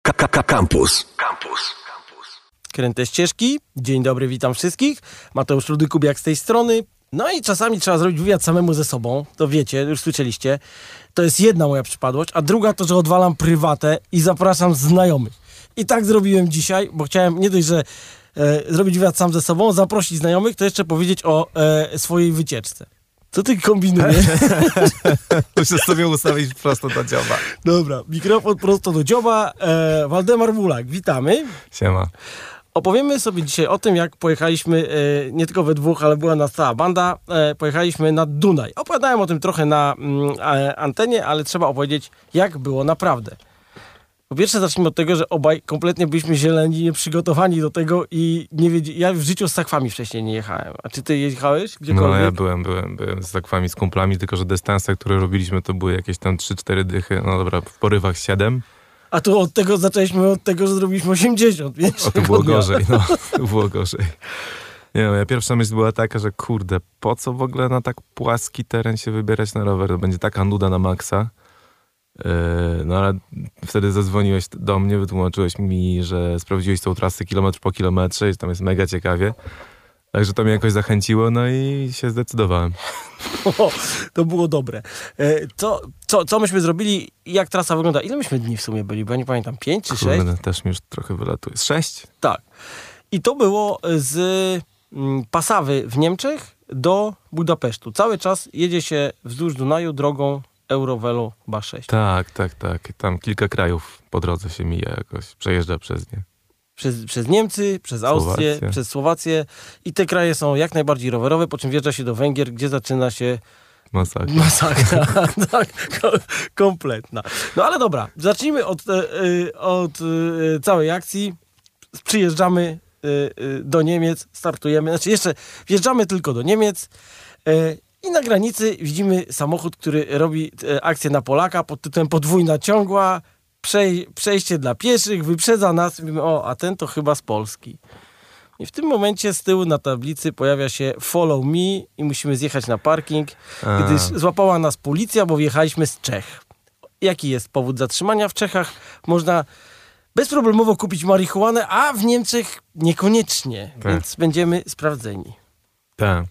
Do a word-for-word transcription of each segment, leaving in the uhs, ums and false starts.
Campus. Campus. Kręte ścieżki. Dzień dobry, witam wszystkich. Mateusz Rudy-Kubiak z tej strony. No i czasami trzeba zrobić wywiad samemu ze sobą. To wiecie, już słyszeliście. To jest jedna moja przypadłość, a druga to, że odwalam prywatę i zapraszam znajomych. I tak zrobiłem dzisiaj, bo chciałem nie dość, że e, zrobić wywiad sam ze sobą, zaprosić znajomych, to jeszcze powiedzieć o e, swojej wycieczce. Co ty kombinujesz? Muszę sobie ustawić prosto do dzioba. Dobra, mikrofon prosto do dzioba. E, Waldemar Wulak, witamy. Siema. Opowiemy sobie dzisiaj o tym, jak pojechaliśmy, e, nie tylko we dwóch, ale była nas cała banda, e, pojechaliśmy nad Dunaj. Opowiadałem o tym trochę na mm, antenie, ale trzeba opowiedzieć, jak było naprawdę. Po pierwsze zacznijmy od tego, że obaj kompletnie byliśmy zieleni, nieprzygotowani do tego i nie wiedzieli, ja w życiu z sakwami wcześniej nie jechałem. A czy ty jechałeś gdziekolwiek? No ja byłem, byłem, byłem z sakwami, z kumplami, tylko że dystanse, które robiliśmy, to były jakieś tam trzy cztery dychy, no dobra, w porywach siedem. A tu od tego zaczęliśmy od tego, że zrobiliśmy osiemdziesiąt. Wiesz, o, to było gorzej, no, to było gorzej. Nie no, ja pierwsza myśl była taka, że kurde, po co w ogóle na tak płaski teren się wybierać na rower? To będzie taka nuda na maksa. No ale wtedy zadzwoniłeś do mnie, wytłumaczyłeś mi, że sprawdziłeś tą trasę kilometr po kilometrze i tam jest mega ciekawie. Także to mnie jakoś zachęciło, no i się zdecydowałem. O, to było dobre. Co, co, co myśmy zrobili i jak trasa wygląda? Ile myśmy dni w sumie byli? Bo ja nie pamiętam, pięć czy sześć? Kurde, też mi już trochę wylatuje. Z sześć? Tak. I to było z mm, Passawy w Niemczech do Budapesztu. Cały czas jedzie się wzdłuż Dunaju drogą Eurovelo chyba sześć. Tak, tak, tak. Tam kilka krajów po drodze się mija jakoś. Przejeżdża przez nie. Przez, przez Niemcy, przez Austrię, Słowację. przez Słowację. I te kraje są jak najbardziej rowerowe, po czym wjeżdża się do Węgier, gdzie zaczyna się Masakra. masakra. Tak, ko- kompletna. No ale dobra, zacznijmy od, e, od e, całej akcji. Przyjeżdżamy e, e, do Niemiec, startujemy. Znaczy jeszcze wjeżdżamy tylko do Niemiec. E, I na granicy widzimy samochód, który robi e, akcję na Polaka pod tytułem podwójna ciągła, przej- przejście dla pieszych, wyprzedza nas. Mówimy, o, a ten to chyba z Polski. I w tym momencie z tyłu na tablicy pojawia się follow me i musimy zjechać na parking, A. gdyż złapała nas policja, bo wjechaliśmy z Czech. Jaki jest powód zatrzymania? W Czechach można bezproblemowo kupić marihuanę, a w Niemczech niekoniecznie, Tak. więc będziemy sprawdzeni. Tak.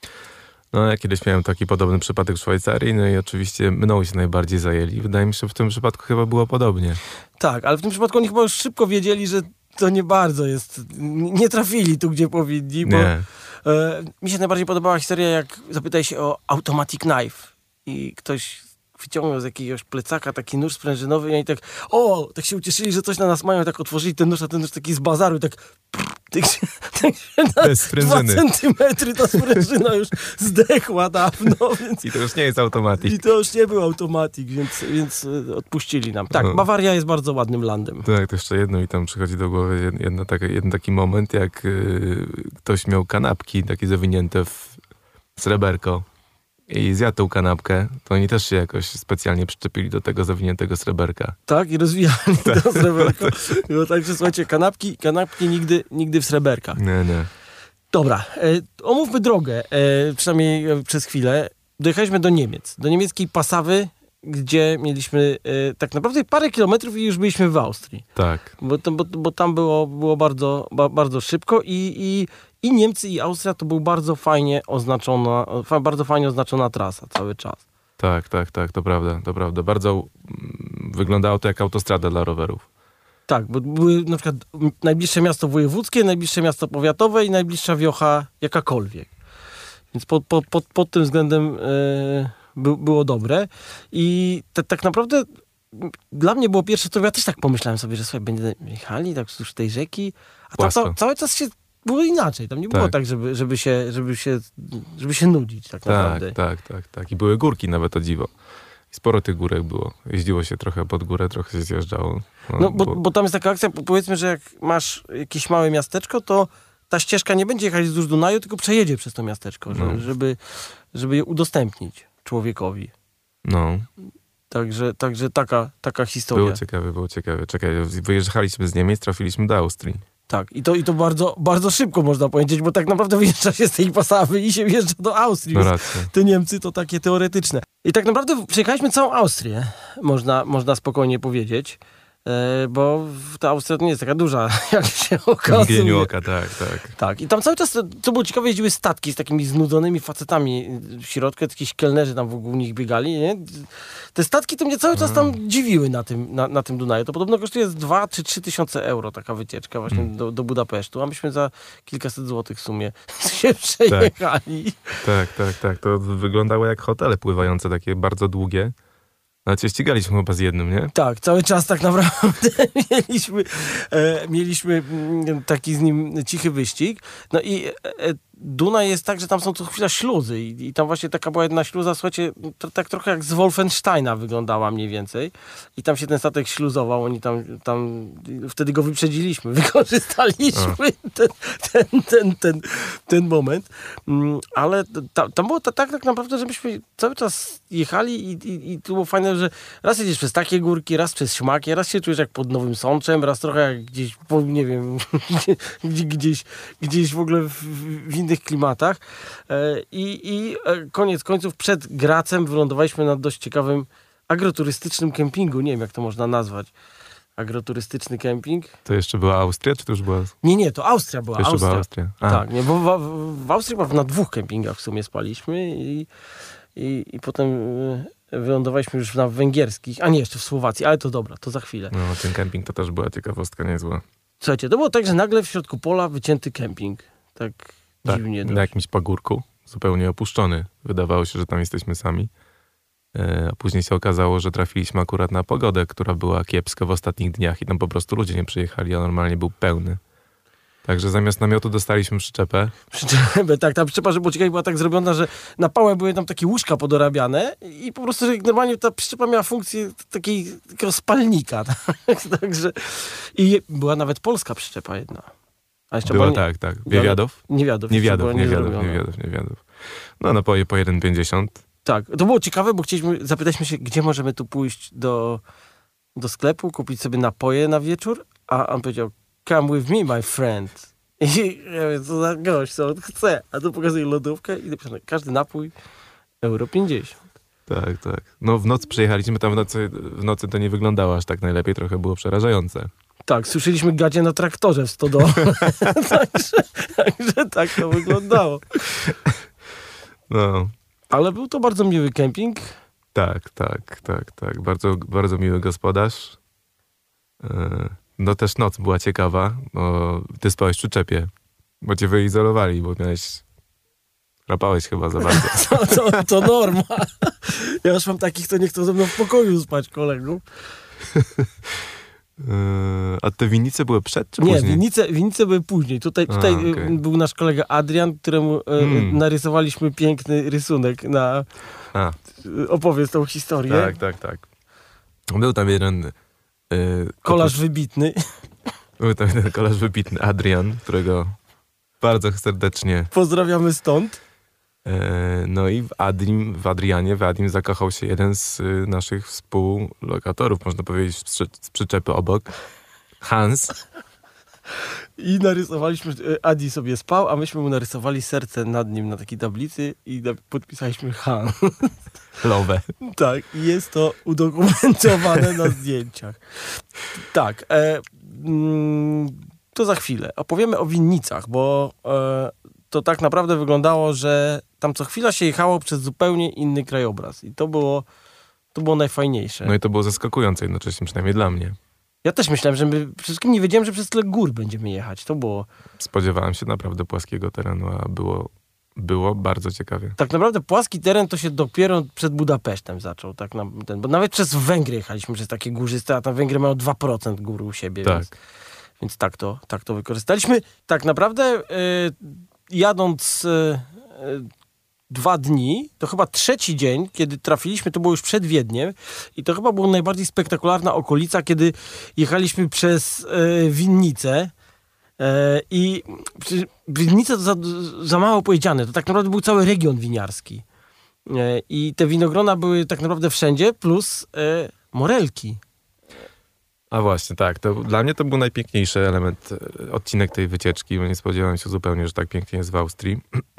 No ja kiedyś miałem taki podobny przypadek w Szwajcarii, no i oczywiście mną się najbardziej zajęli. Wydaje mi się, że w tym przypadku chyba było podobnie. Tak, ale w tym przypadku oni chyba już szybko wiedzieli, że to nie bardzo jest, nie trafili tu, gdzie powinni, bo Nie. e, mi się najbardziej podobała historia, jak zapytaj się o automatic knife i ktoś wyciągnął z jakiegoś plecaka taki nóż sprężynowy i oni tak, o, tak się ucieszyli, że coś na nas mają, tak otworzyli ten nóż, a ten nóż taki z bazaru i tak, tak się, tak się na Bez sprężyny. dwa centymetry ta sprężyna już zdechła dawno, więc I to już nie jest automatik. i to już nie był automatik, więc, więc e, odpuścili nam. Tak, No. Bawaria jest bardzo ładnym landem. Tak, to jeszcze jedno mi tam przychodzi do głowy, jed- jedna taka, jeden taki moment, jak y, ktoś miał kanapki takie zawinięte w sreberko i zjadł tą kanapkę, to oni też się jakoś specjalnie przyczepili do tego zawiniętego sreberka. Tak, i rozwijali to sreberko. Było tak, że słuchajcie, kanapki, kanapki nigdy, nigdy w sreberkach. Nie, nie. Dobra, e, omówmy drogę, e, przynajmniej e, przez chwilę. Dojechaliśmy do Niemiec, do niemieckiej Passawy, gdzie mieliśmy e, tak naprawdę parę kilometrów i już byliśmy w Austrii. Tak. Bo, to, bo, bo tam było, było bardzo, ba, bardzo szybko i, i, i Niemcy i Austria to był bardzo fajnie oznaczona, fa, bardzo fajnie oznaczona trasa cały czas. Tak, tak, tak, to prawda, to prawda. Bardzo mm, wyglądało to jak autostrada dla rowerów. Tak, bo były na przykład najbliższe miasto wojewódzkie, najbliższe miasto powiatowe i najbliższa wiocha jakakolwiek. Więc pod, pod, pod, pod tym względem e, by, było dobre. I te, tak naprawdę dla mnie było pierwsze, to ja też tak pomyślałem sobie, że słuchaj, będziemy jechali tak wzdłuż tej rzeki, a tam Płasko. ca, cały czas się było inaczej. Tam nie było Tak. tak, żeby, żeby, się, żeby, się, żeby się nudzić tak naprawdę. Tak, tak, tak, tak. I były górki nawet, o dziwo. I sporo tych górek było. Jeździło się trochę pod górę, trochę się zjeżdżało. No, bo, bo tam jest taka akcja, powiedzmy, że jak masz jakieś małe miasteczko, to ta ścieżka nie będzie jechać wzdłuż Dunaju, tylko przejedzie przez to miasteczko, No. żeby, żeby, żeby je udostępnić człowiekowi. No, Także, także taka, taka historia. było ciekawe, było ciekawe. Czekaj, wyjeżdżaliśmy z Niemiec, trafiliśmy do Austrii. Tak, i to, i to bardzo, bardzo szybko można powiedzieć, bo tak naprawdę wyjeżdża się z tej Passawy i się wjeżdża do Austrii. No Więc racja. te Niemcy to takie teoretyczne. I tak naprawdę przejechaliśmy całą Austrię, można, można spokojnie powiedzieć. E, bo ta Austria to nie jest taka duża, jak się okazuje. W mgnieniu oka, tak, tak. Tak, i tam cały czas, co było ciekawe, jeździły statki z takimi znudzonymi facetami w środku, jakieś kelnerzy tam wokół nich biegali, nie? Te statki to mnie cały czas tam mm. dziwiły na tym, na, na tym Dunaju. To podobno kosztuje dwa czy trzy tysiące euro taka wycieczka właśnie mm. do, do Budapesztu, a myśmy za kilkaset złotych w sumie się przejechali. Tak, tak, tak. To wyglądało jak hotele pływające, takie bardzo długie. No cię ścigaliśmy chyba z jednym, nie? Tak, cały czas tak naprawdę mieliśmy, e, mieliśmy taki z nim cichy wyścig. No i e, Dunaj jest tak, że tam są co chwila śluzy i, i tam właśnie taka była jedna śluza, słuchajcie, to, tak trochę jak z Wolfensteina wyglądała mniej więcej. I tam się ten statek śluzował, oni tam, tam wtedy go wyprzedziliśmy, wykorzystaliśmy ten, ten, ten, ten, ten moment. Mm, ale ta, tam było tak, tak naprawdę, że myśmy cały czas jechali i, i, i to było fajne, że raz jedziesz przez takie górki, raz przez śmakie, raz się czujesz jak pod Nowym Sączem, raz trochę jak gdzieś, po, nie wiem, gdzieś, gdzieś, gdzieś w ogóle w, w innych klimatach. I, i koniec końców przed Gracem wylądowaliśmy na dość ciekawym agroturystycznym kempingu. Nie wiem, jak to można nazwać. Agroturystyczny kemping. To jeszcze była Austria, czy to już była... Nie, nie, to Austria była. To jeszcze Austria. była Austria. A. Tak, nie, bo w, w Austrii chyba na dwóch kempingach w sumie spaliśmy i, i, i potem wylądowaliśmy już na węgierskich, a nie, jeszcze w Słowacji, ale to dobra, to za chwilę. No, ten kemping to też była ciekawostka niezła. Słuchajcie, to było tak, że nagle w środku pola wycięty kemping. Tak, tak dziwnie. Na jakimś pagórku, zupełnie opuszczony. Wydawało się, że tam jesteśmy sami. A później się okazało, że trafiliśmy akurat na pogodę, która była kiepska w ostatnich dniach i tam po prostu ludzie nie przyjechali, a normalnie był pełny. Także zamiast namiotu dostaliśmy przyczepę. Przyczepę, tak. Ta przyczepa, że było ciekawe, była tak zrobiona, że na pałę były tam takie łóżka podorabiane i po prostu że normalnie ta przyczepa miała funkcję takiej, takiego spalnika. Tak? Także i była nawet polska przyczepa jedna. A jeszcze była, nie, tak, tak. Niewiadów? Niewiadów. Niewiadów, niewiadów, niewiadów, niewiadów. No napoje po jeden pięćdziesiąt. Tak, to było ciekawe, bo chcieliśmy, zapytaliśmy się, gdzie możemy tu pójść do, do sklepu, kupić sobie napoje na wieczór, a on powiedział, come with me, my friend. I ja mówię, co za gość, co on chce. A tu pokazuje lodówkę i napisane, każdy napój euro pięćdziesiąt. Tak, tak. No w nocy przyjechaliśmy, tam w nocy, w nocy to nie wyglądało aż tak najlepiej, trochę było przerażające. Tak, słyszeliśmy gadzie na traktorze w stodole. także, także tak to wyglądało. No. Ale był to bardzo miły kemping. Tak, tak, tak, tak. Bardzo, bardzo miły gospodarz. No też noc była ciekawa, bo ty spałeś w przyczepie, bo cię wyizolowali, bo miałeś... Chrapałeś chyba za bardzo. to, to, to norma. Ja już mam takich, co nie chcą ze mną w pokoju spać, kolegów. A te winnice były przed czy nie, później? Nie, winnice, winnice były później. Tutaj, tutaj A, okay. był nasz kolega Adrian, któremu hmm. narysowaliśmy piękny rysunek na... A. Opowiedz tą historię. Tak, tak, tak. Był tam jeden... Yy, kolarz oprócz... wybitny. Był tam jeden kolarz wybitny, Adrian, którego bardzo serdecznie... Pozdrawiamy stąd. Yy, no i w Adrim, w Adrianie, w Adrim zakochał się jeden z y, naszych współlokatorów, można powiedzieć, z, przy, z przyczepy obok. Hans. I narysowaliśmy, Adi sobie spał, a myśmy mu narysowali serce nad nim na takiej tablicy i podpisaliśmy Han. Love. Tak, i jest to udokumentowane na zdjęciach. Tak, e, mm, to za chwilę. Opowiemy o winnicach, bo e, to tak naprawdę wyglądało, że tam co chwila się jechało przez zupełnie inny krajobraz i to było, to było najfajniejsze. No i to było zaskakujące jednocześnie, przynajmniej dla mnie. Ja też myślałem, że my, przede wszystkim nie wiedziałem, że przez tyle gór będziemy jechać. To było... Spodziewałem się naprawdę płaskiego terenu, a było, było bardzo ciekawie. Tak naprawdę płaski teren to się dopiero przed Budapesztem zaczął. Tak na ten, bo nawet przez Węgry jechaliśmy, przez takie górzyste, a tam Węgry mają dwa procent gór u siebie. Tak. Więc, więc tak, to, tak to wykorzystaliśmy. Tak naprawdę y, jadąc... Y, y, dwa dni, to chyba trzeci dzień, kiedy trafiliśmy, to było już przed Wiedniem i to chyba była najbardziej spektakularna okolica, kiedy jechaliśmy przez e, winnicę e, i winnice to za, za mało powiedziane, to tak naprawdę był cały region winiarski e, i te winogrona były tak naprawdę wszędzie, plus e, morelki. A właśnie, tak. To dla mnie to był najpiękniejszy element, odcinek tej wycieczki, bo nie spodziewałem się zupełnie, że tak pięknie jest w Austrii.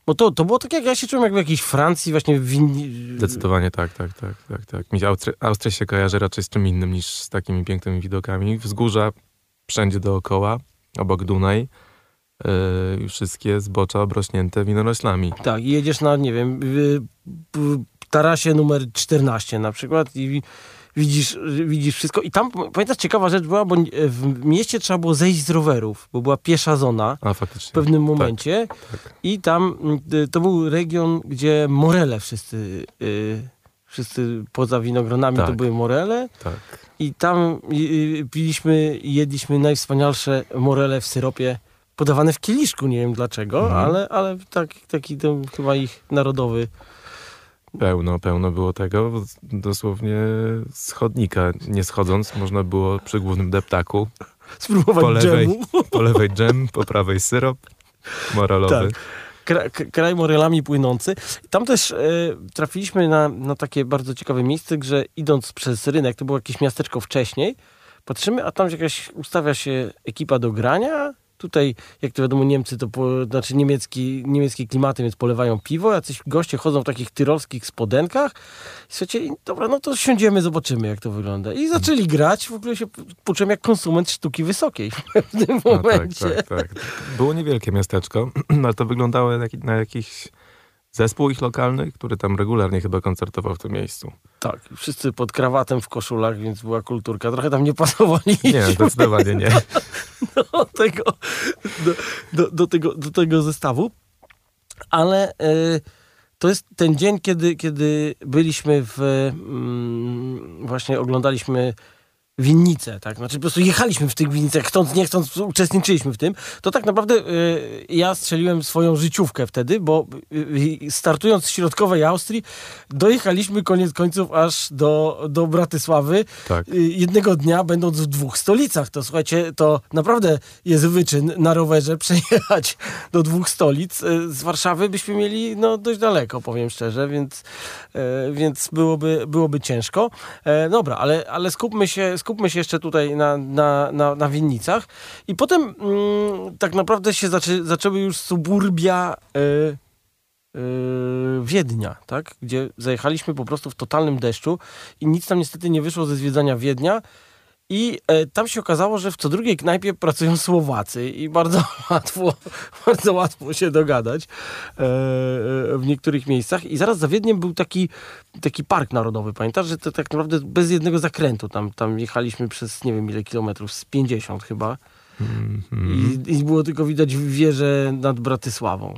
Bo to, to było tak, jak ja się czułem jak w jakiejś Francji, właśnie w Win... Zdecydowanie tak, tak, tak, tak, tak. Mi Austria, Austria się kojarzy raczej z czym innym niż z takimi pięknymi widokami. Wzgórza wszędzie dookoła, obok Dunaj. Yy, wszystkie zbocza obrośnięte winoroślami. Tak, i jedziesz na, nie wiem, w, w tarasie numer czternaście na przykład i widzisz, widzisz wszystko. I tam, pamiętasz, ciekawa rzecz była, bo w mieście trzeba było zejść z rowerów, bo była piesza zona A, faktycznie. w pewnym momencie. Tak, tak. I tam y, to był region, gdzie morele wszyscy, y, wszyscy poza winogronami Tak. to były morele. Tak. I tam y, y, piliśmy i jedliśmy najwspanialsze morele w syropie, podawane w kieliszku, nie wiem dlaczego, Mhm. ale, ale tak, taki to chyba ich narodowy. Pełno, pełno było tego. bo Dosłownie z chodnika nie schodząc można było przy głównym deptaku Spróbować po lewej, dżemu. po lewej dżem, po prawej syrop morelowy. Tak. Kra, k- kraj morelami płynący. Tam też e, trafiliśmy na, na takie bardzo ciekawe miejsce, że idąc przez rynek, to było jakieś miasteczko wcześniej, patrzymy, a tam jakaś ustawia się ekipa do grania. Tutaj, jak to wiadomo, Niemcy to, po, znaczy niemiecki, niemieckie klimaty, więc polewają piwo, jacyś goście chodzą w takich tyrolskich spodenkach. I słuchajcie, i dobra, no to siądziemy, zobaczymy, jak to wygląda. I zaczęli grać, w ogóle się poczułem jak konsument sztuki wysokiej w pewnym No, tak, momencie. tak, tak. Było niewielkie miasteczko, ale to wyglądało jak na jakiś zespół ich lokalny, który tam regularnie chyba koncertował w tym miejscu. Tak, wszyscy pod krawatem w koszulach, więc była kulturka. Trochę tam nie pasowali Nie, zdecydowanie nie. do tego, do, do, do, tego, do tego zestawu. Ale y, to jest ten dzień, kiedy, kiedy byliśmy w... Mm, właśnie oglądaliśmy winnice, tak? Znaczy po prostu jechaliśmy w tych winnicach, chcąc, nie chcąc, uczestniczyliśmy w tym. To tak naprawdę y, ja strzeliłem swoją życiówkę wtedy, bo y, startując z środkowej Austrii, dojechaliśmy koniec końców aż do, do Bratysławy. Tak. Y, jednego dnia, będąc w dwóch stolicach. To słuchajcie, to naprawdę jest wyczyn na rowerze przejechać do dwóch stolic. Y, z Warszawy byśmy mieli no, dość daleko, powiem szczerze, więc, y, więc byłoby, byłoby ciężko. E, dobra, ale, ale skupmy się Skupmy się jeszcze tutaj na, na, na, na winnicach. I potem mm, tak naprawdę się zaczę, zaczęły już suburbia y, y, Wiednia, tak? Gdzie zajechaliśmy po prostu w totalnym deszczu i nic tam niestety nie wyszło ze zwiedzania Wiednia. I e, tam się okazało, że w co drugiej knajpie pracują Słowacy i bardzo łatwo, bardzo łatwo się dogadać e, w niektórych miejscach. I zaraz za Wiedniem był taki, taki park narodowy. Pamiętasz, że to tak naprawdę bez jednego zakrętu. Tam, tam jechaliśmy przez nie wiem ile kilometrów, z pięćdziesiąt chyba. Mm-hmm. I, I było tylko widać wieżę nad Bratysławą.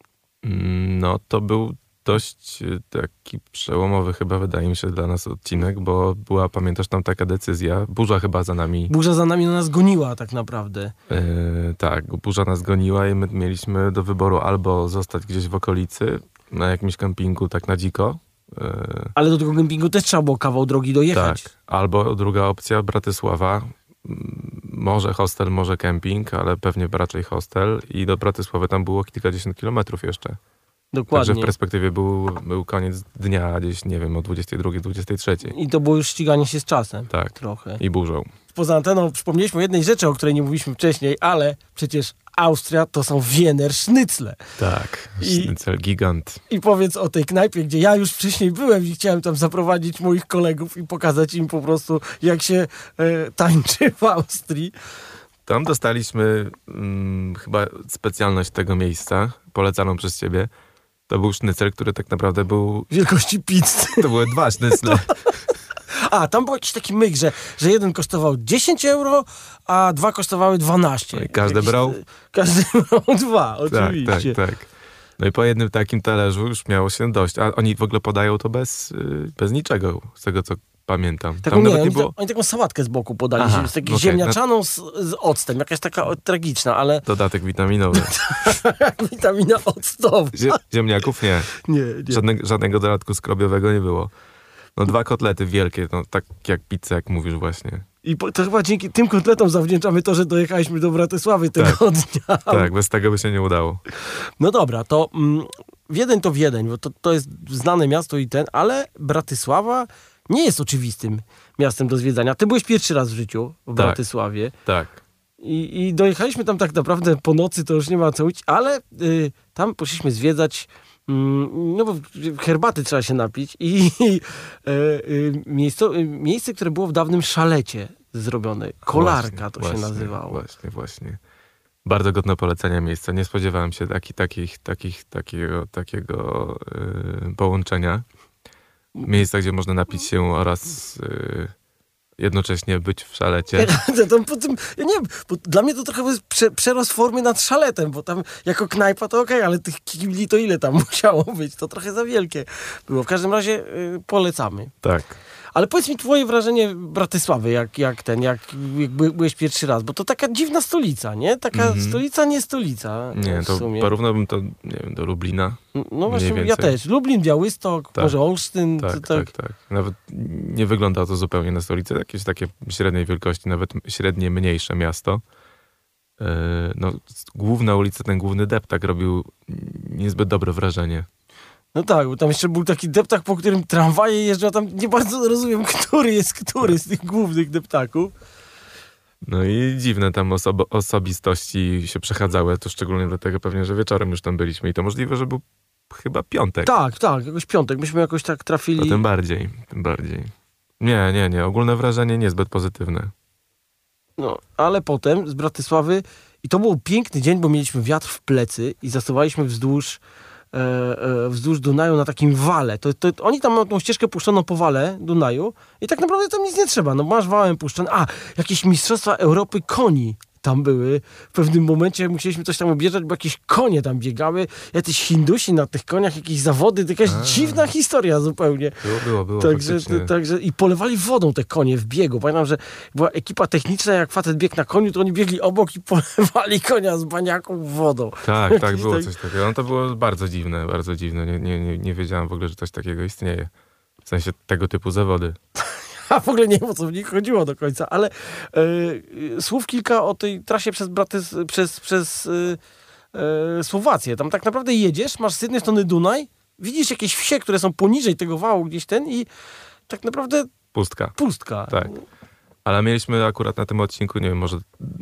No to był dość taki przełomowy chyba, wydaje mi się, dla nas odcinek, bo była, pamiętasz, tam taka decyzja, burza chyba za nami. Burza za nami na nas goniła tak naprawdę. Yy, tak, burza nas goniła i my mieliśmy do wyboru albo zostać gdzieś w okolicy, na jakimś kempingu tak na dziko. Yy, Ale do tego kempingu też trzeba było kawał drogi dojechać. tak, albo druga opcja, Bratysława. Może hostel, może kemping, ale pewnie raczej hostel i do Bratysławy tam było kilkadziesiąt kilometrów jeszcze. Dokładnie. Także w perspektywie był, był koniec dnia gdzieś, nie wiem, o dwudziestej drugiej, dwudziestej trzeciej. I to było już ściganie się z czasem. Tak. Trochę. I burzą. Poza anteną przypomnieliśmy o jednej rzeczy, o której nie mówiliśmy wcześniej, ale przecież Austria to są Wiener Schnitzel. Tak, I- Schnitzel gigant. I powiedz o tej knajpie, gdzie ja już wcześniej byłem i chciałem tam zaprowadzić moich kolegów i pokazać im po prostu, jak się e, tańczy w Austrii. Tam dostaliśmy mm, chyba specjalność tego miejsca, polecaną przez ciebie. To był sznycel, który tak naprawdę był... Wielkości pizzy. To były dwa sznycle. A, tam był jakiś taki myk, że, że jeden kosztował dziesięć euro, a dwa kosztowały dwanaście. No i każdy Jakiś- brał? Każdy brał dwa, Tak, oczywiście. tak, tak. No i po jednym takim talerzu już miało się dość. A oni w ogóle podają to bez, y, bez niczego, z tego co pamiętam. Taką, Tam nie, nawet oni, nie było... ta, oni taką sałatkę z boku podali, Aha, z taką okej, ziemniaczaną z, z octem, jakaś taka o, tragiczna, ale Dodatek witaminowy. witamina octowa. Zie- ziemniaków nie. Nie, nie. Żadnego, żadnego dodatku skrobiowego nie było. No dwa kotlety wielkie, no tak jak pizza, jak mówisz właśnie. I po, to chyba dzięki tym kotletom zawdzięczamy to, że dojechaliśmy do Bratysławy tego Tak. dnia. Tak, bez tego by się nie udało. No dobra, to mm, Wiedeń to Wiedeń, bo to, to jest znane miasto i ten, ale Bratysława nie jest oczywistym miastem do zwiedzania. Ty byłeś pierwszy raz w życiu w Bratysławie. Tak. I, I dojechaliśmy tam tak naprawdę po nocy, to już nie ma co mówić, ale y, tam poszliśmy zwiedzać, mm, no bo herbaty trzeba się napić i y, y, miejsce, y, miejsce, które było w dawnym szalecie zrobione. Kolarka Właśnie, to właśnie, się nazywało. Właśnie, właśnie. Bardzo godne polecenia miejsca. Nie spodziewałem się taki, takich, takich, takiego, takiego yy, połączenia. Miejsca, gdzie można napić się oraz yy, jednocześnie być w szalecie. to, to, po tym, ja nie wiem, bo dla mnie to trochę jest prze, przerost formy nad szaletem, bo tam jako knajpa to okej, okay, ale tych kibli to ile tam musiało być? To trochę za wielkie było. W każdym razie yy, polecamy. Tak. Ale powiedz mi twoje wrażenie Bratysławy, jak, jak ten, jak, jak by, byłeś pierwszy raz, bo to taka dziwna stolica, nie? Taka Mhm. stolica, nie stolica. Nie, w to sumie. porównałbym to, nie wiem, do Lublina. No właśnie, mniej ja więcej. też. Lublin, Białystok, Tak. może Olsztyn. Tak, to, tak, tak. Nawet nie wygląda to zupełnie na stolicę. Jakieś takie średniej wielkości, nawet średnie, mniejsze miasto. Yy, no, główna ulica, ten główny deptak robił niezbyt dobre wrażenie. No tak, bo tam jeszcze był taki deptak, po którym tramwaje jeżdżą, tam nie bardzo rozumiem, który jest który z tych głównych deptaków. No i dziwne tam osobo- osobistości się przechadzały, to szczególnie dlatego pewnie, że wieczorem już tam byliśmy i to możliwe, że był chyba piątek. Tak, tak, jakoś piątek. Myśmy jakoś tak trafili. To tym bardziej, tym bardziej. Nie, nie, nie. Ogólne wrażenie niezbyt pozytywne. No, ale potem z Bratysławy, i to był piękny dzień, bo mieliśmy wiatr w plecy i zasuwaliśmy wzdłuż E, e, wzdłuż Dunaju na takim wale. To, to, oni tam mają tą ścieżkę puszczoną po wale Dunaju i tak naprawdę tam nic nie trzeba. No masz wałem puszczony. A, jakieś mistrzostwa Europy koni tam były. W pewnym momencie musieliśmy coś tam objeżdżać, bo jakieś konie tam biegały. Jacyś Hindusi na tych koniach, jakieś zawody. To jakaś A. dziwna historia zupełnie. Było, było, było. Także, faktycznie. także i polewali wodą te konie w biegu. Pamiętam, że była ekipa techniczna, jak facet biegł na koniu, to oni biegli obok i polewali konia z baniaką wodą. Tak, tak, Jakiś było tak- coś takiego. No to było bardzo dziwne, bardzo dziwne. Nie, nie, nie, nie wiedziałem w ogóle, że coś takiego istnieje. W sensie tego typu zawody. A w ogóle nie wiem, o co w nich chodziło do końca, ale e, e, słów kilka o tej trasie przez, Bratys, przez, przez e, e, Słowację. Tam tak naprawdę jedziesz, masz z jednej strony Dunaj, widzisz jakieś wsie, które są poniżej tego wału gdzieś ten i tak naprawdę Pustka. pustka. Tak. Ale mieliśmy akurat na tym odcinku, nie wiem, może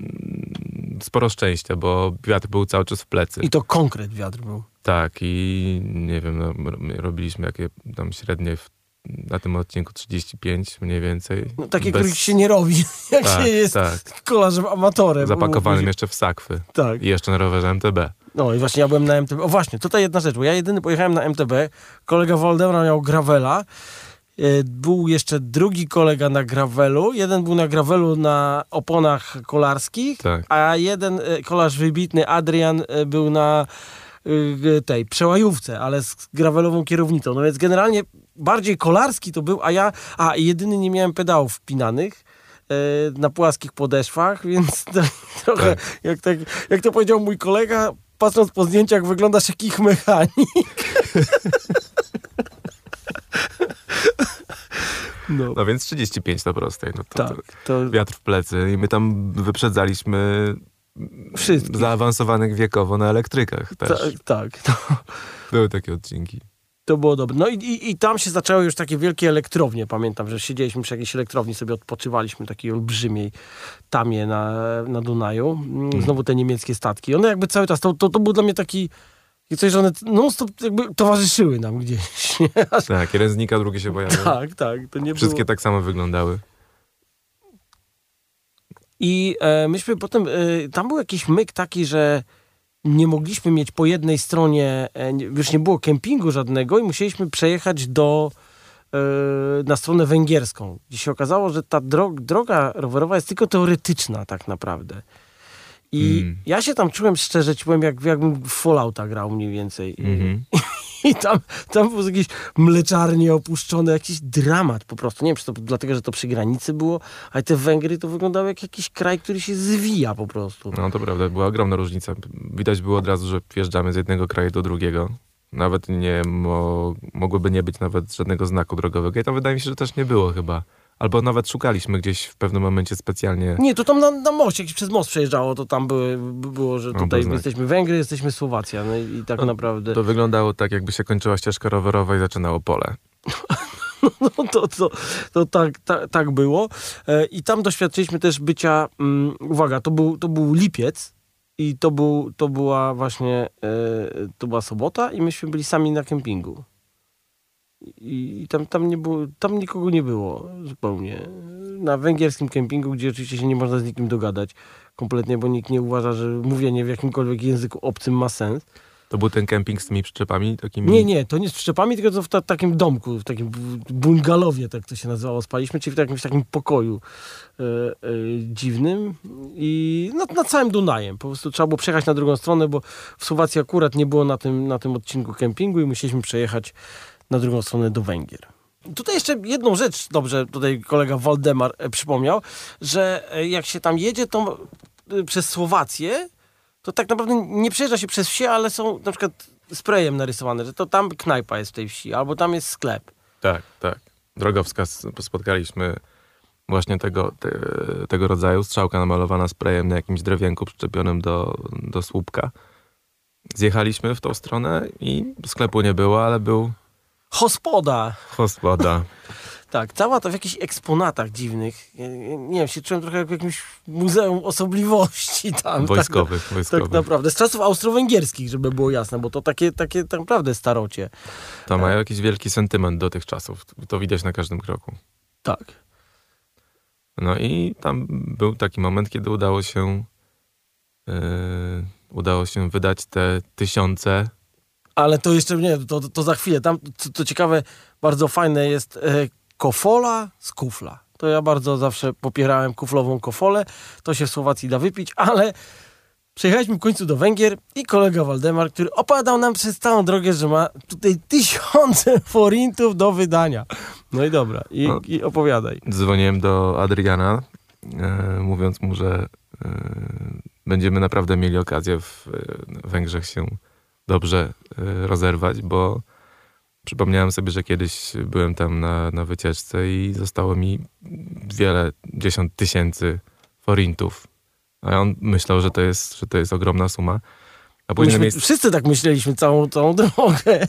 mm, sporo szczęścia, bo wiatr był cały czas w plecy. I to konkret wiatr był. Tak, i nie wiem, no, my robiliśmy jakie tam średnie w, na tym odcinku trzydzieści pięć mniej więcej. No, takie, Bez- których się nie robi, jak Tak, się jest tak. kolarzem amatorem. Zapakowanym Umówmy jeszcze w sakwy. się. Tak. I jeszcze na rowerze M T B. No i właśnie ja byłem na M T B. O właśnie, tutaj jedna rzecz, bo ja jedyny pojechałem na M T B, kolega Waldemar miał gravela, e, był jeszcze drugi kolega na gravelu, jeden był na gravelu na oponach kolarskich, Tak. a jeden e, kolarz wybitny, Adrian, e, był na e, tej przełajówce, ale z gravelową kierownicą. No więc generalnie bardziej kolarski to był, a ja, a i jedyny nie miałem pedałów wpinanych e, na płaskich podeszwach, więc to, trochę, Tak. jak, tak, jak to powiedział mój kolega, patrząc po zdjęciach, wyglądasz jak ich mechanik. No, No więc trzydzieści pięć na prostej. No to, tak, to to wiatr w plecy i my tam wyprzedzaliśmy wszystkich. zaawansowanych wiekowo na elektrykach też. Tak, tak. To, Były takie odcinki. to było dobre. No i, i, i tam się zaczęły już takie wielkie elektrownie. Pamiętam, że siedzieliśmy przy jakiejś elektrowni, sobie odpoczywaliśmy, takiej olbrzymiej tamie na, na Dunaju. Mm, Znowu te niemieckie statki. One jakby cały czas, to, to, to był dla mnie taki coś, że one non stop jakby towarzyszyły nam gdzieś. Nie? Aż, Tak, jeden znika, drugi się pojawia. tak, tak. To nie Wszystkie było... tak samo wyglądały. I e, myśmy potem, e, tam był jakiś myk taki, że nie mogliśmy mieć po jednej stronie, e, nie- już nie było kempingu żadnego i musieliśmy przejechać do, e, na stronę węgierską, gdzie się okazało, że ta drog, droga rowerowa jest tylko teoretyczna tak naprawdę. I Mm. ja się tam czułem, szczerze, czułem jak, jakbym w Fallouta grał mniej więcej. Mhm. I tam, tam było jakieś mleczarnie opuszczone, jakiś dramat po prostu. Nie wiem, czy to dlatego, że to przy granicy było, ale te Węgry to wyglądały jak jakiś kraj, który się zwija po prostu. No to prawda, była ogromna różnica. Widać było od razu, że wjeżdżamy z jednego kraju do drugiego. Nawet nie mo- mogłoby nie być nawet żadnego znaku drogowego. I tam wydaje mi się, że też nie było chyba. Albo nawet szukaliśmy gdzieś w pewnym momencie specjalnie. Nie, to tam na, na moście, jak się przez most przejeżdżało, to tam były, by- było, że No, tutaj był znak. jesteśmy Węgry, jesteśmy Słowacja. No i, i tak naprawdę... To wyglądało tak, jakby się kończyła ścieżka rowerowa i zaczynało pole. No to, to, to tak, tak, tak było. E, I tam doświadczyliśmy też bycia, um, uwaga, to był, to był lipiec i to, był, to była właśnie, e, to była sobota i myśmy byli sami na kempingu. I, i tam, tam, nie było, tam nikogo nie było zupełnie. Na węgierskim kempingu, gdzie oczywiście się nie można z nikim dogadać kompletnie, bo nikt nie uważa, że mówienie w jakimkolwiek języku obcym ma sens. To był ten kemping z tymi przyczepami? Takimi... Nie, nie, to nie z przyczepami, tylko to w ta, takim domku, w takim bungalowie, tak to się nazywało, spaliśmy, czyli w jakimś takim pokoju e, e, dziwnym i na, na całym Dunajem. Po prostu trzeba było przejechać na drugą stronę, bo w Słowacji akurat nie było na tym, na tym odcinku kempingu i musieliśmy przejechać na drugą stronę do Węgier. Tutaj jeszcze jedną rzecz, dobrze, tutaj kolega Waldemar e, przypomniał, że e, jak się tam jedzie, to e, przez Słowację, to tak naprawdę nie przejeżdża się przez wsie, ale są na przykład sprayem narysowane, że to tam knajpa jest w tej wsi, albo tam jest sklep. Tak, tak. Drogowskaz spotkaliśmy właśnie tego, te, tego rodzaju. Strzałka namalowana sprayem na jakimś drewienku przyczepionym do, do słupka. Zjechaliśmy w tą stronę i sklepu nie było, ale był... Hospoda. Hospoda. Tak, cała to w jakichś eksponatach dziwnych. Ja, ja, nie wiem, się czułem trochę jak w jakimś muzeum osobliwości tam. Wojskowych, tak, wojskowych. Tak naprawdę. Z czasów austro-węgierskich, żeby było jasne, bo to takie, takie tak naprawdę starocie. To mają jakiś wielki sentyment do tych czasów. To widać na każdym kroku. Tak. No i tam był taki moment, kiedy udało się yy, udało się wydać te tysiące. Ale to jeszcze nie, to, to, to za chwilę. Tam, co, to ciekawe, bardzo fajne jest e, kofola z kufla. To ja bardzo zawsze popierałem kuflową kofolę. To się w Słowacji da wypić, ale przyjechaliśmy w końcu do Węgier i kolega Waldemar, który opowiadał nam przez całą drogę, że ma tutaj tysiące forintów do wydania. No i dobra, i, no, i opowiadaj. Dzwoniłem do Adriana, e, mówiąc mu, że e, będziemy naprawdę mieli okazję w e, Węgrzech się dobrze e, rozerwać, bo przypomniałem sobie, że kiedyś byłem tam na, na wycieczce i zostało mi wiele, dziesiąt tysięcy forintów. A on myślał, że to jest, że to jest ogromna suma. A później Myśmy, na miejscu, wszyscy tak myśleliśmy całą, całą drogę.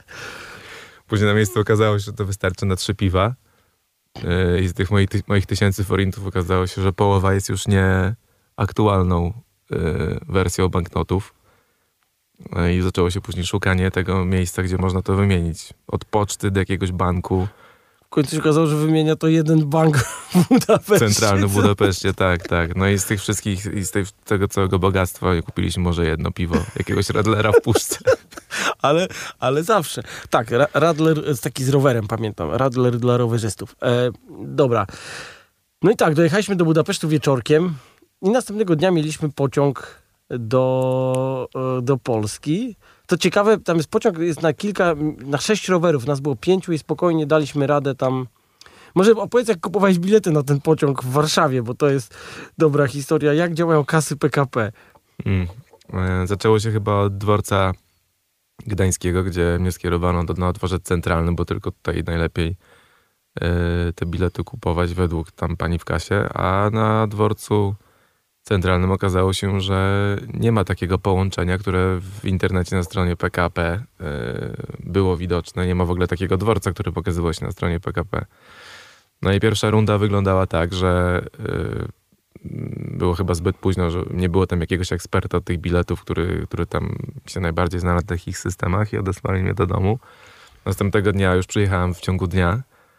później na miejscu okazało się, że to wystarczy na trzy piwa. Yy, I z tych moich, ty, moich tysięcy forintów okazało się, że połowa jest już nie aktualną yy, wersją banknotów. Yy, I zaczęło się później szukanie tego miejsca, gdzie można to wymienić. Od poczty do jakiegoś banku. W końcu się okazało, że wymienia to jeden bank w Budapeszcie. Centralny w Budapeszcie, tak, tak. No i z tych wszystkich, i z tej, tego całego bogactwa kupiliśmy może jedno piwo, jakiegoś Radlera w puszce. Ale, ale zawsze. Tak, ra- Radler, taki z rowerem, pamiętam. Radler dla rowerzystów. E, dobra. No i tak, dojechaliśmy do Budapesztu wieczorkiem i następnego dnia mieliśmy pociąg do, do Polski. To ciekawe, tam jest pociąg, jest na kilka, na sześć rowerów. Nas było pięciu i spokojnie daliśmy radę tam. Może opowiedz, jak kupowałeś bilety na ten pociąg w Warszawie, bo to jest dobra historia. Jak działają kasy P K P? Mm. E, Zaczęło się chyba od dworca gdańskiego, gdzie mnie skierowano do, na dworzec centralny, bo tylko tutaj najlepiej e, te bilety kupować według tam pani w kasie, a na dworcu centralnym okazało się, że nie ma takiego połączenia, które w internecie na stronie P K P y, było widoczne. Nie ma w ogóle takiego dworca, który pokazywał się na stronie P K P. No i pierwsza runda wyglądała tak, że y, było chyba zbyt późno, że nie było tam jakiegoś eksperta od tych biletów, który, który tam się najbardziej zna na tych ich systemach i odesłali mnie do domu. Następnego dnia już przyjechałem w ciągu dnia,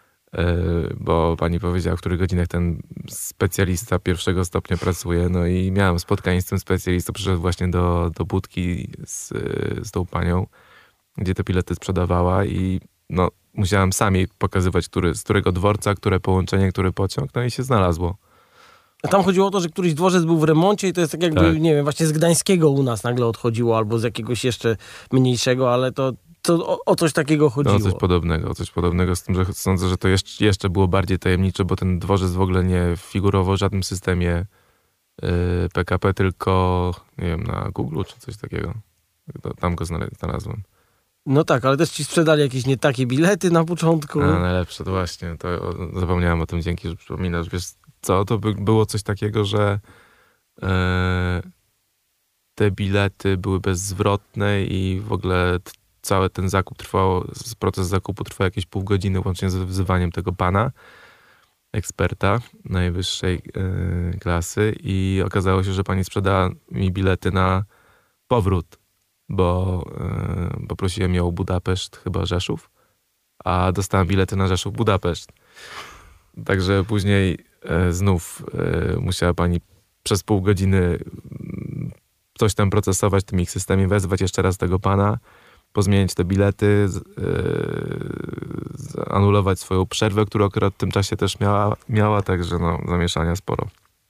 bo pani powiedziała, w których godzinach ten specjalista pierwszego stopnia pracuje. No i miałem spotkanie z tym specjalistą. Przyszedł właśnie do, do budki z, z tą panią, gdzie te bilety sprzedawała i no, musiałem sam jej pokazywać, który, z którego dworca, które połączenie, który pociąg, no i się znalazło. A tam chodziło o to, że któryś dworzec był w remoncie i to jest tak jakby, tak. nie wiem, właśnie z Gdańskiego u nas nagle odchodziło, albo z jakiegoś jeszcze mniejszego, ale to To o, o coś takiego chodziło. No, o coś podobnego, o coś podobnego, z tym, że sądzę, że to jeszcze, jeszcze było bardziej tajemnicze, bo ten dworzec w ogóle nie figurował w żadnym systemie yy, P K P, tylko nie wiem, na Google czy coś takiego. Tam go znalazłem. No tak, ale też ci sprzedali jakieś nie takie bilety na początku. A, najlepsze, to właśnie, to o, zapomniałem o tym, dzięki, że przypominasz. Wiesz co, to by, było coś takiego, że yy, te bilety były bezzwrotne i w ogóle cały ten zakup trwał, proces zakupu trwał jakieś pół godziny, łącznie z wzywaniem tego pana, eksperta najwyższej yy, klasy i okazało się, że pani sprzedała mi bilety na powrót, bo yy, poprosiłem ją o Budapeszt, chyba Rzeszów, a dostałem bilety na Rzeszów, Budapeszt. Także później yy, znów yy, musiała pani przez pół godziny coś tam procesować w tym ich systemie, wezwać jeszcze raz tego pana, pozmieniać te bilety, z, yy, anulować swoją przerwę, którą akurat w tym czasie też miała, miała także no, zamieszania sporo.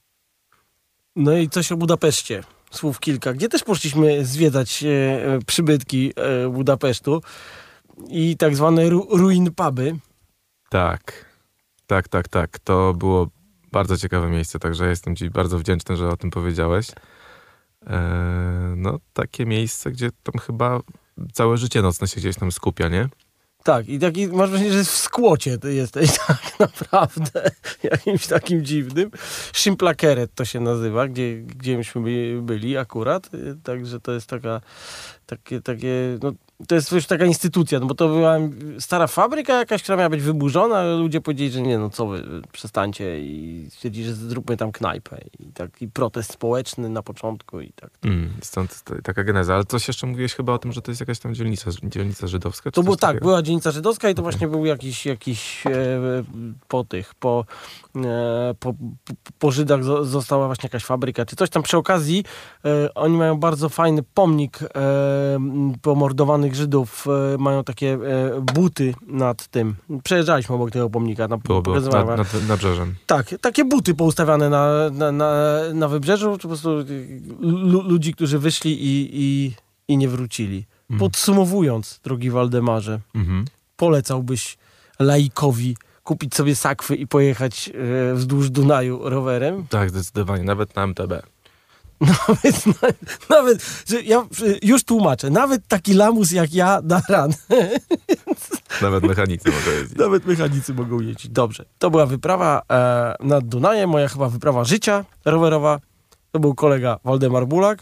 No i coś o Budapeszcie. Słów kilka, gdzie też poszliśmy zwiedzać e, przybytki e, Budapesztu i tak zwane ru, ruin puby. Tak, tak, tak, tak. To było bardzo ciekawe miejsce, także jestem ci bardzo wdzięczny, że o tym powiedziałeś. Eee, no, takie miejsce, gdzie tam chyba całe życie nocne się gdzieś tam skupia, nie? Tak, i taki, masz wrażenie, że w skłocie ty jesteś tak naprawdę, jakimś takim dziwnym. Szymplakeret to się nazywa, gdzie, gdzie myśmy byli akurat, także to jest taka, takie, takie, no to jest już taka instytucja, no bo to była stara fabryka jakaś, która miała być wyburzona, ale ludzie powiedzieli, że nie, no co wy, przestańcie i stwierdzili, że zróbmy tam knajpę i taki protest społeczny na początku i tak. Mm, stąd t- taka geneza, ale coś jeszcze mówiłeś chyba o tym, że to jest jakaś tam dzielnica, dzielnica żydowska? To czy było coś tak, takiego? była dzielnica żydowska i to Okay. właśnie był jakiś, jakiś e, po tych, po, e, po, po Żydach zo, została właśnie jakaś fabryka, czy coś tam przy okazji. E, oni mają bardzo fajny pomnik e, pomordowanych Żydów, e, mają takie e, buty nad tym. Przejeżdżaliśmy obok tego pomnika. Na, Było, było, pokazywałem. nad, nad nabrzeżem. Tak, takie buty poustawiane na, na, na, na wybrzeżu, po prostu lu, ludzi, którzy wyszli i, i, i nie wrócili. Mhm. Podsumowując, drogi Waldemarze, Mhm. polecałbyś laikowi kupić sobie sakwy i pojechać e, wzdłuż Dunaju rowerem? Tak, zdecydowanie, nawet na M T B. Nawet, nawet, nawet że ja e, już tłumaczę, nawet taki lamus jak ja da radę. Nawet mechanicy mogą jeździć. Nawet mechanicy mogą jeździć. Dobrze. To była wyprawa e, nad Dunajem, moja chyba wyprawa życia rowerowa. To był kolega Waldemar Bulak.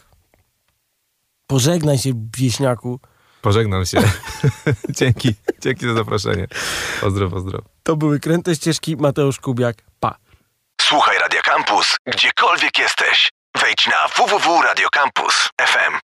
Pożegnaj się, wieśniaku. Pożegnam się. Dzięki. Dzięki za zaproszenie. Pozdro, pozdro. To były Kręte Ścieżki, Mateusz Kubiak. Pa. Słuchaj Radia Campus, gdziekolwiek jesteś. Wejdź na w w w kropka radio campus kropka f m.